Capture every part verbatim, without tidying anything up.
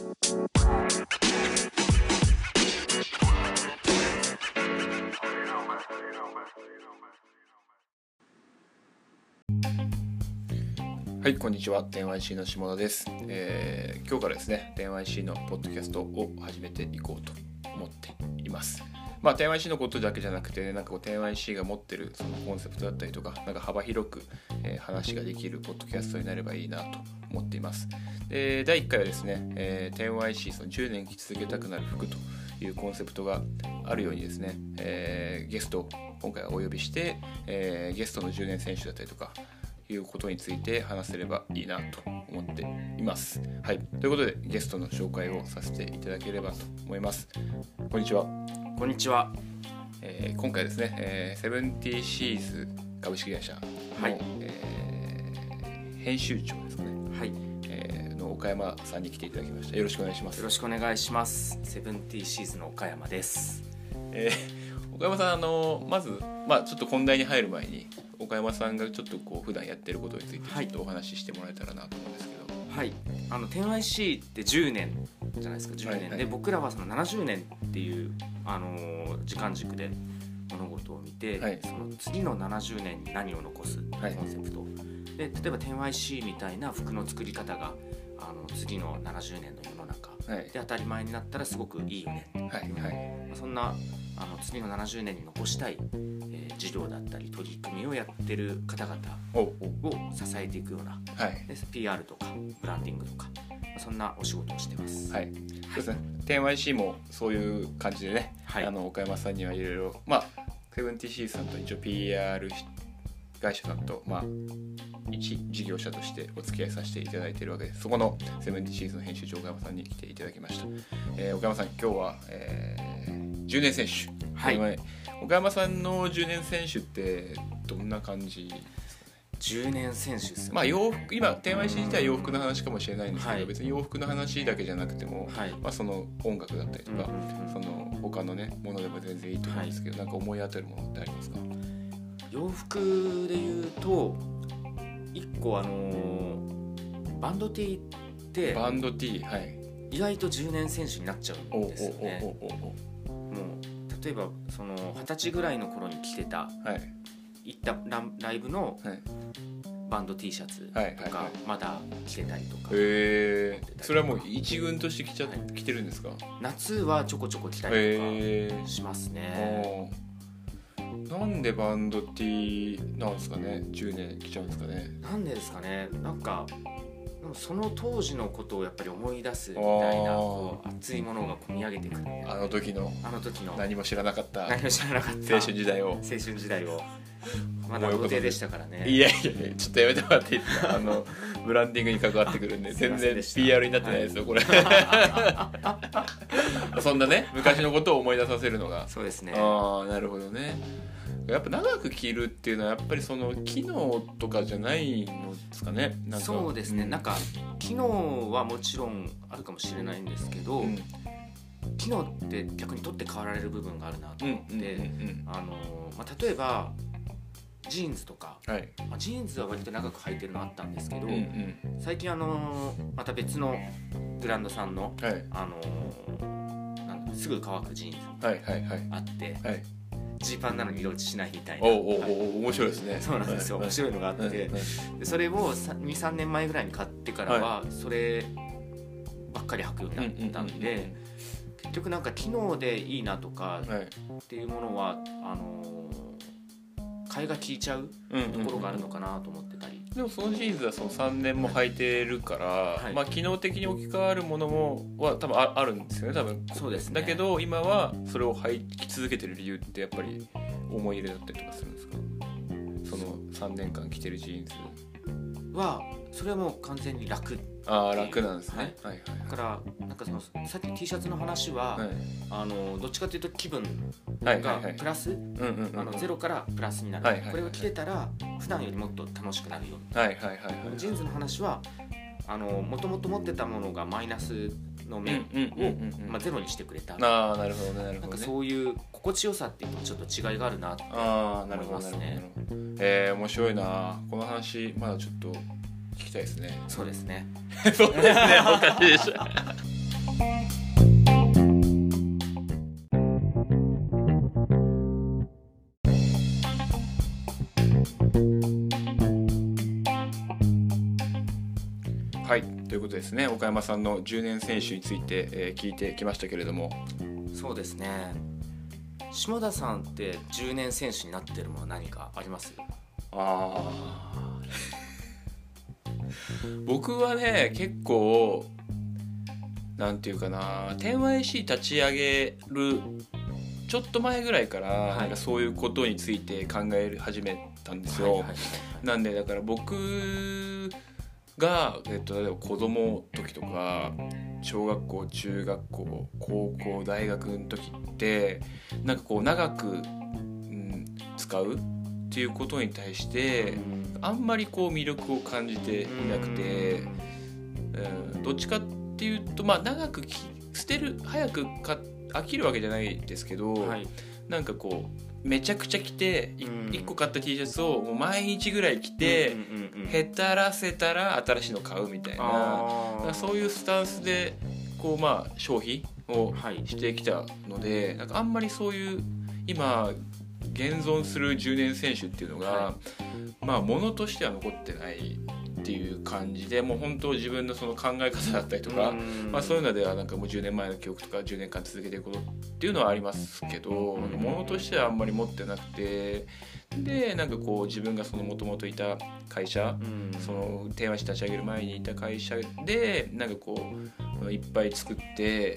はい、こんにちは。テンワイシー の下田です、えー、今日からですね テンワイシー のポッドキャストを始めていこうと思っています。まあ テンワイシー のことだけじゃなくて、ね、なんかこう テンワイシー が持ってるそのコンセプトだったりとか、なんか幅広く、えー、話ができるポッドキャストになればいいなと思っています。で、だいいっかいはですね、えー、テンワイシー そのじゅうねん着続けたくなる服というコンセプトがあるようにですね、えー、ゲストを今回はお呼びして、えー、ゲストのじゅうねん選手だったりとかいうことについて話せればいいなと思っています。はい、ということでゲストの紹介をさせていただければと思います。こんにちは。 こんにちは。 えー、今回ですね、えー、セブンティーシーズ株式会社の、はい、えー、編集長ですかね。はい、えー、の岡山さんに来ていただきました。よろしくお願いします。 よろしくお願いします。セブンティーシーズの岡山です。 えー、岡山さん、あのまず、まあ、ちょっと本題に入る前に岡山さんがちょっとこう普段やってることについてちょっとお話ししてもらえたらなと思うんですけど。 はい、あの テンワイシー ってじゅうねんじゃないですか。じゅうねん、はいはい、で僕らはそのななじゅうねんっていう、あのー、時間軸で物事を見て、はい、その次のななじゅうねんに何を残すコンセプト、はい、で例えば テンワイシー みたいな服の作り方があの次のななじゅうねんの世の中、はい、で当たり前になったらすごくいいよね、はいはい、そんなあの次のななじゅうねんに残したい、えー、事業だったり取り組みをやってる方々を支えていくような、はい、ピーアール とかブランディングとかそんなお仕事をしてます。はい、そうですね。テンワイシー もそういう感じでね、はい、あの岡山さんにはいろいろ、まあセブンティーシーズさんと一応 ピーアール 会社さんと、まあ一事業者としてお付き合いさせていただいているわけです。そこのセブンティーシーズの編集長岡山さんに来ていただきました。えー、岡山さん、今日は、えー、じゅうねん選手、はい、岡山さんのじゅうねん選手ってどんな感じですかね。 じゅうねん選手ですよね。 まあ洋服、今 テンワイシー 自体は洋服の話かもしれないんですけど、はい、別に洋服の話だけじゃなくても、はい、まあ、その音楽だったりとか、うんうんうん、その他のねものでも全然いいと思うんですけど、はい、なんか思い当たるものってありますか。 洋服で言うといっこ、あのー、バンド T ってバンド T、はい、 意外とじゅうねん選手になっちゃうんですよね。もう例えばそのはたちぐらいの頃に着てた、はい、行ったラ、ライブのバンド T シャツとかまだ着てたりとか、 へー、それはもう一軍として着ちゃ、はい、着てるんですか。 夏はちょこちょこ着たりとかしますね。 なんでバンド T なんですかね。じゅうねん着ちゃうんですかね。 なんでですかね。なんかその当時のことをやっぱり思い出すみたいな、こう熱いものが込み上げてくる。 あの時のあの時の何も知らなかった何も知らなかった青春時代を青春時代をまだ童貞でしたからね。 いやいやいや、ちょっとやめてもらっていいですか。あのブランディングに関わってくるんで全然 ピーアール になってないですよ、はい、これそんなね昔のことを思い出させるのが、はい、 そうですね。 ああ、なるほどね。やっぱ長く着るっていうのはやっぱりその機能とかじゃないのですかね。 なんかそうですね、うん、なんか機能はもちろんあるかもしれないんですけど、うん、機能って逆に取って代わられる部分があるなと思って、うんうんうんうん、あのまあ、例えばジーンズとか、はい、まあ、ジーンズは割と長く履いてるのあったんですけど、うんうん、最近あのまた別のブランドさんの、はい、あのなんだすぐ乾くジーンズあって、はいはいはい、ジーパンなのに色落ちしないみたいな。 おおお、はい、面白いですね。 そうなんですよ、はい、面白いのがあって、はい、でそれをにさんねんまえぐらいに買ってからはそればっかり履くようになったんで、はい、結局なんか機能でいいなとかっていうものは、あの替えが効いちゃうところがあるのかなと思ってたり、 でもそのシーズンはそのさんねんも履いてるから、はい、まあ、機能的に置き換わるものもは多分 あ, あるんですよね、多分。 そうですね。 だけど今はそれを履き続けてる理由ってやっぱり思い入れだったりとかするんですか。そのさんねんかん着てるジーンズはそれはもう完全に楽。 ああ、楽なんですね。はいはいはい、 だからなんかそのさっき T シャツの話は、はい、あのどっちかというと気分がプラス、ゼロからプラスになる、はいはいはい、これを着てたら普段よりもっと楽しくなるよ、はいはいはいはい、ジーンズの話はあのもともと持ってたものがマイナスの面を、まあ、ゼロにしてくれた。 ああ、なるほどね、なるほどね。 なんかそういう心地よさっていうのちょっと違いがあるなって思いますね。 えー、面白いな。この話まだちょっと聞きたいですね。 そうですね。 そうですね。おかしいでしょ。 ことですね。岡山さんのじゅうねん選手について、えー、聞いてきましたけれども。 そうですね。下田さんってじゅうねん選手になってるもの何かあります？ あ僕はね結構なんていうかな テンワイシー 立ち上げるちょっと前ぐらいから、はい、なんかそういうことについて考え始めたんですよ、はいはいはいはい、なんでだから僕が、えっと、例えば子供の時とか小学校中学校高校大学の時ってなんかこう長く、うん、使うっていうことに対してあんまりこう魅力を感じていなくて、うん、どっちかっていうとまあ長く捨てる早くか飽きるわけじゃないですけど、はい、なんかこうめちゃくちゃ着ていっこ買った T シャツをもう毎日ぐらい着て、うんうんうん、へたらせたら新しいの買うみたいなそういうスタンスでこうまあ消費をしてきたので、はい、なんかあんまりそういう今現存するじゅうねん選手っていうのが、はい、まあ物としては残ってないっていう感じでもう本当自分のその考え方だったりとか、まあ、そういうのではなんかもうじゅうねんまえの記憶とかじゅうねんかん続けていくことっていうのはありますけど物としてはあんまり持ってなくてでなんかこう自分がその元々いた会社そのテンワイシー立ち上げる前にいた会社でなんかこういっぱい作って、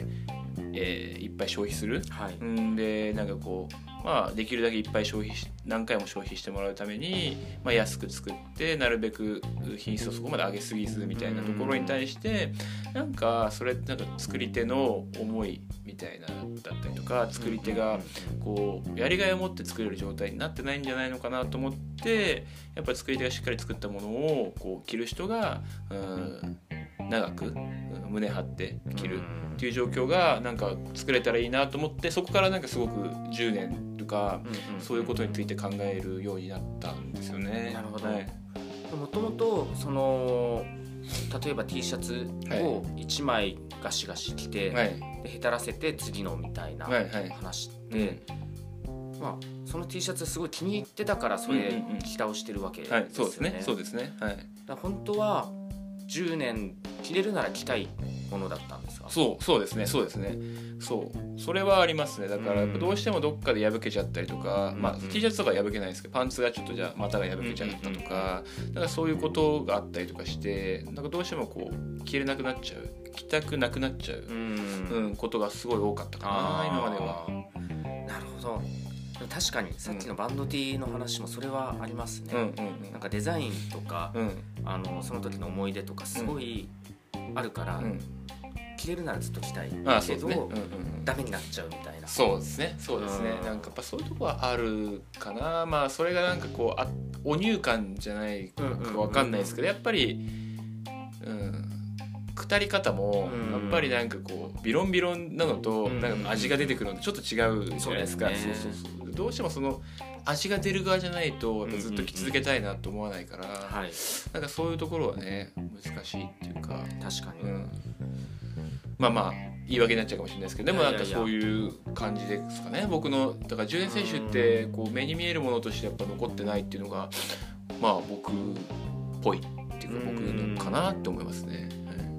えー、いっぱい消費する、はい、んでなんかこうまあ、できるだけいっぱい消費し何回も消費してもらうために、まあ、安く作ってなるべく品質をそこまで上げすぎずみたいなところに対してなんかそれってなんか作り手の思いみたいなだったりとか作り手がこうやりがいを持って作れる状態になってないんじゃないのかなと思ってやっぱり作り手がしっかり作ったものをこう着る人がうん長く胸張って着るっていう状況がなんか作れたらいいなと思ってそこからなんかすごくじゅうねんとかそういうことについて考えるようになったんですよね。 なるほど。もともとその例えば T シャツをいちまいガシガシ着て、はい、でへたらせて次のみたいな話って、はいはいうんまあ、その T シャツすごい気に入ってたからそれ着倒してるわけですよね。 そうですね。そうですね。はい。 だ本当はじゅうねん着れるなら着たいものだったんですか？ そうそうですねそうですねそうそれはありますね。だからどうしてもどっかで破けちゃったりとか、まあ、T シャツとか破けないですけどパンツがちょっとじゃあ股が破けちゃったとかだからそういうことがあったりとかしてなんかどうしてもこう着れなくなっちゃう着たくなくなっちゃう、うん、ことがすごい多かったかな今までは。 なるほど。確かにさっきのバンド T の話もそれはありますね、うんうんうん、なんかデザインとか、うん、あのその時の思い出とかすごいあるから、うん、着れるならずっと着たいけど、ねうんうんうん、ダメになっちゃうみたいな。 そうですねそうですね、うん、なんかやっぱそういうとこはあるかな。まあそれがなんかこうあお乳感じゃないか分かんないですけど、やっぱり、うん、下り方もやっぱりなんかこうビロンビロンなのとなんか味が出てくるのとちょっと違うじゃないですか、うんうん、そうそうそうどうしてもその味が出る側じゃないとずっと着続けたいなと思わないから、うんうんうんはい、なんかそういうところはね難しいっていうか確かに、 うん、まあまあ言い訳になっちゃうかもしれないですけどでもなんかそういう感じですかね。僕のだからじゅうねん選手ってこう目に見えるものとしてやっぱ残ってないっていうのがまあ僕っぽいっていうか僕のかなって思いますね。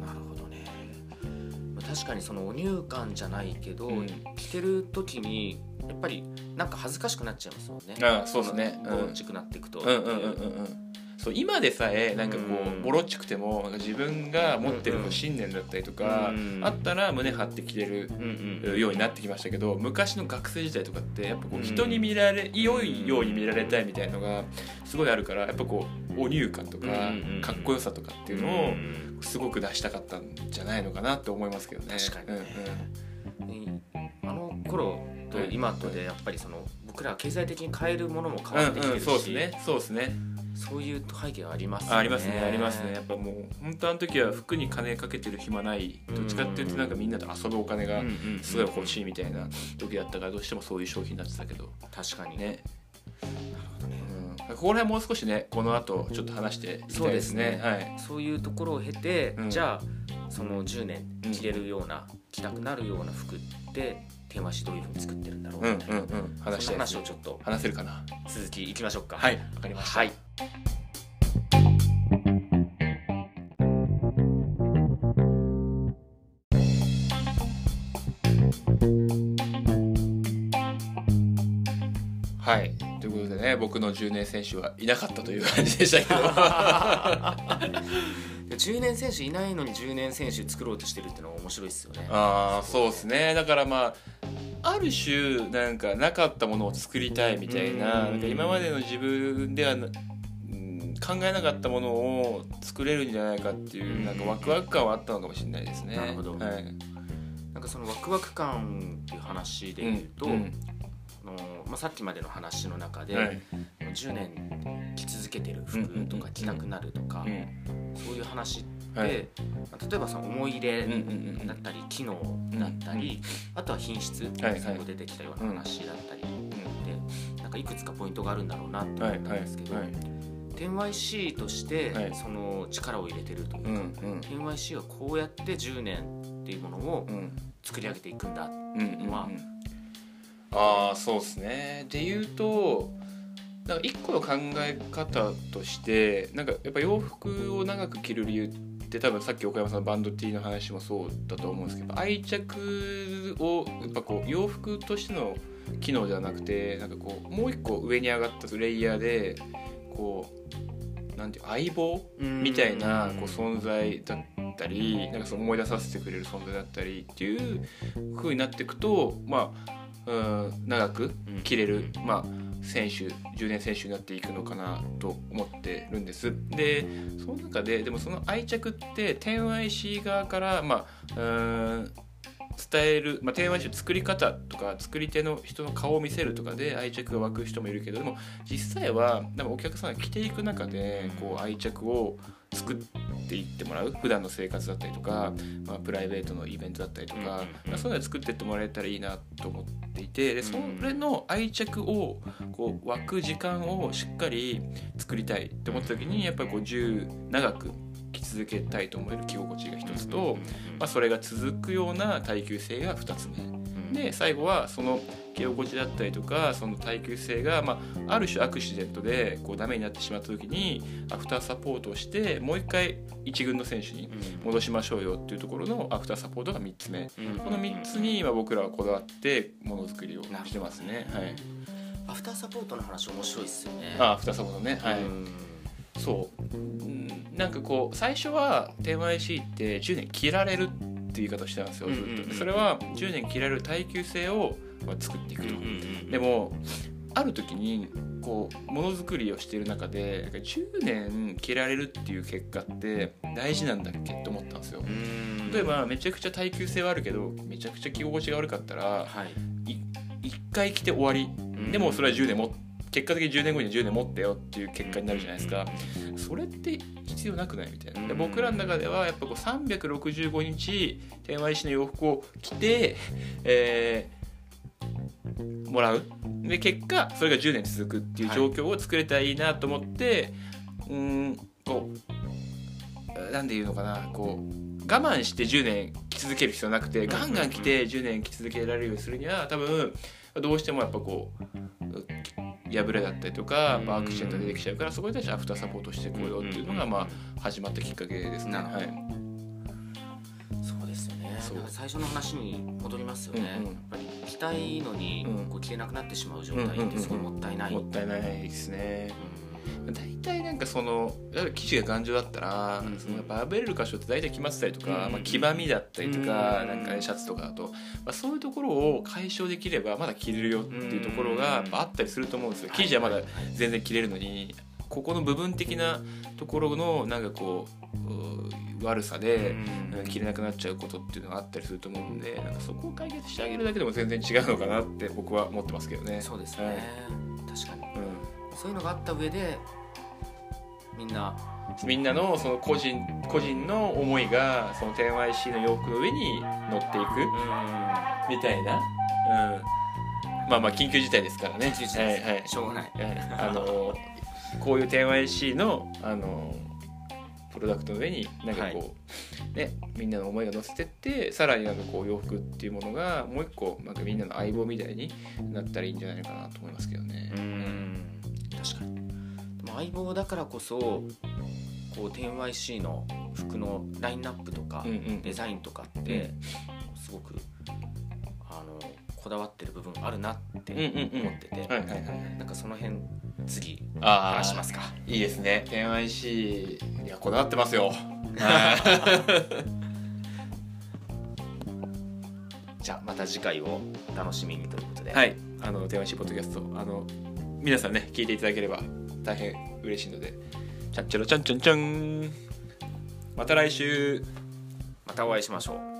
確かにそのお乳感じゃないけど、うん、着てる時にやっぱりなんか恥ずかしくなっちゃいますもんね。 ああそうですね。 ボロっちくなっていくと、 うんうんうんうんうんそう今でさえなんかこう、うん、ボロっちくてもなんか自分が持ってる信念だったりとか、うんうん、あったら胸張って着れるようになってきましたけど、昔の学生時代とかってやっぱこう人に見られ良いように見られたいみたいなのがすごいあるからやっぱこうお乳感とかかっこよさとかっていうのをすごく出したかったんじゃないのかなって思いますけどね。 確かにね、うんうん、あの頃と今とでやっぱりその僕らは経済的に買えるものも変わってきてるし、 うんうん、そうですねそうですねそういう背景はありますね。 ありますねありますね。やっぱもう本当あの時は服に金かけてる暇ないどっちかっていうとなんかみんなと遊ぶお金がすごい欲しいみたいな時だったからどうしてもそういう商品になってたけど確かにね。ここら辺もう少しねこの後ちょっと話していきたいですね。 そうですね、はい、そういうところを経て、うん、じゃあそのじゅうねん着れるような、うん、着たくなるような服ってテーマしどういう風に作ってるんだろうみたいな、うんうんうん、話したいです。そんな話をちょっと話せるかな。 続きいきましょうか。 はいわかりました、はいはい、ということでね、僕のじゅうねん選手はいなかったという感じでしたけどじゅうねん選手いないのにじゅうねん選手作ろうとしてるっていうのは面白いですよね。 ああ、そうですね。だからまあある種なんかなかったものを作りたいみたいな、なんか今までの自分ではな、うん、考えなかったものを作れるんじゃないかっていうなんかワクワク感はあったのかもしれないですね。 なるほど、 はい、 なんかそのワクワク感っていう話で言うと、うんうん、あのまあ、さっきまでの話の中で、はい、じゅうねん着続けてる服とか着たくなるとか、うんうん、そういう話って、はい、例えばその思い入れだったり機能だったり、うん、あとは品質、はい、最後出てきたような話だったり、はい、でなんかいくつかポイントがあるんだろうなと思ったんですけど、はいはいはい、テンワイシー としてその力を入れてるというか、はい、テンワイシー はこうやってじゅうねんっていうものを作り上げていくんだっていうのは、うんうんうん、 ああ、そうですね。で言うとなんか一個の考え方としてなんかやっぱ洋服を長く着る理由って多分さっき岡山さんのバンド T の話もそうだと思うんですけど、愛着をやっぱこう洋服としての機能ではなくてなんかこうもう一個上に上がったレイヤーでこうなんていう相棒みたいなこう存在だったりなんかそう思い出させてくれる存在だったりっていう風になっていくとまあうん長く着れる、まあ選手じゅうねん選手になっていくのかなと思ってるんです。でその中ででもその愛着って テンワイシー 側からまあうーん伝える、まあ、テンワイシー 作り方とか作り手の人の顔を見せるとかで愛着が湧く人もいるけどでも実際はでもお客さんが着ていく中でこう愛着を作っていってもらう普段の生活だったりとか、まあ、プライベートのイベントだったりとか、まあ、そういうのを作っていってもらえたらいいなと思っていてでそれの愛着をこう湧く時間をしっかり作りたいって思った時にやっぱりこうじゅう長く着続けたいと思える着心地が一つと、まあ、それが続くような耐久性が二つ目で最後はその着心地だったりとかその耐久性が、まあ、ある種アクシデントでこうダメになってしまった時にアフターサポートをしてもう一回一軍の選手に戻しましょうよっていうところのアフターサポートがみっつめ、このみっつに今僕らはこだわってものづくりをしてますね。はい、 アフターサポートの話面白いっすよね。 あ、アフターサポートね、はい、そうなんかこう最初は テンワイシー ってじゅうねん着られるっていう言い方をしてたんですよずっと。それはじゅうねん着られる耐久性を作っていくと。でもある時にこうものづくりをしている中でじゅうねん着られるっていう結果って大事なんだっけって思ったんですよ。例えばめちゃくちゃ耐久性はあるけどめちゃくちゃ着心地が悪かったら、はい、いっかい着て終わりでもそれはじゅうねんも結果的にじゅうねんごにじゅうねん持ったよっていう結果になるじゃないですか。それって必要なくないみたいな。で僕らの中ではやっぱこうさんびゃくろくじゅうごにち テンワイシー の洋服を着て、えー、もらうで結果それがじゅうねん続くっていう状況を作れたらいいなと思って、はい、うーんこうなんで言うのかなこう我慢してじゅうねん着続ける必要なくてガンガン着てじゅうねん着続けられるようにするには多分どうしてもやっぱこう破れだったりとか、まあ、アクシデントが出てきちゃうからそこに対してアフターサポートしてこようっていうのが、まあ、始まったきっかけですね。はい、 そうですよね。なんか最初の話に戻りますよね。うんうん、やっぱり着たいのにこう着れなくなってしまう状態ってすごいもったいない。 もったいないですね。大体なんかその生地が頑丈だったら、うん、そのやっぱ破れる箇所って大体決まってたりとか、うんまあ、黄ばみだったりとか、うん、なんかねシャツとかだと、まあ、そういうところを解消できればまだ着れるよっていうところがやっぱあったりすると思うんですよ。生地はまだ全然着れるのにここの部分的なところのなんかこう悪さで着れなくなっちゃうことっていうのがあったりすると思うんでなんかそこを解決してあげるだけでも全然違うのかなって僕は思ってますけどね。 そうですね、はい、確かに、うん、そういうのがあった上でみんなみんなのその個人個人の思いがその テンワイシー の洋服の上に乗っていくみたいな、うん、まあまあ緊急事態ですからね。 緊急事態です、はいはい、しょうがない、 はい、あのこういう テンワイシー のあのプロダクトの上になんかこう、はいね、みんなの思いが乗せてってさらになんかこう洋服っていうものがもう一個なんかみんなの相棒みたいになったらいいんじゃないのかなと思いますけどね。 うん、確かに。でも相棒だからこそこう テンワイシー の服のラインナップとかデザインとかってすごくあのこだわってる部分あるなって思ってて、なんかその辺次話しますか。 いいですね。テンワイシーいやこだわってますよ。 じゃあまた次回を楽しみにということで、 はい、あのテンワイシーポッドキャスト、あの皆さんね聞いていただければ大変嬉しいので、ちゃんちゃらちゃんちゃんちゃん、また来週またお会いしましょう。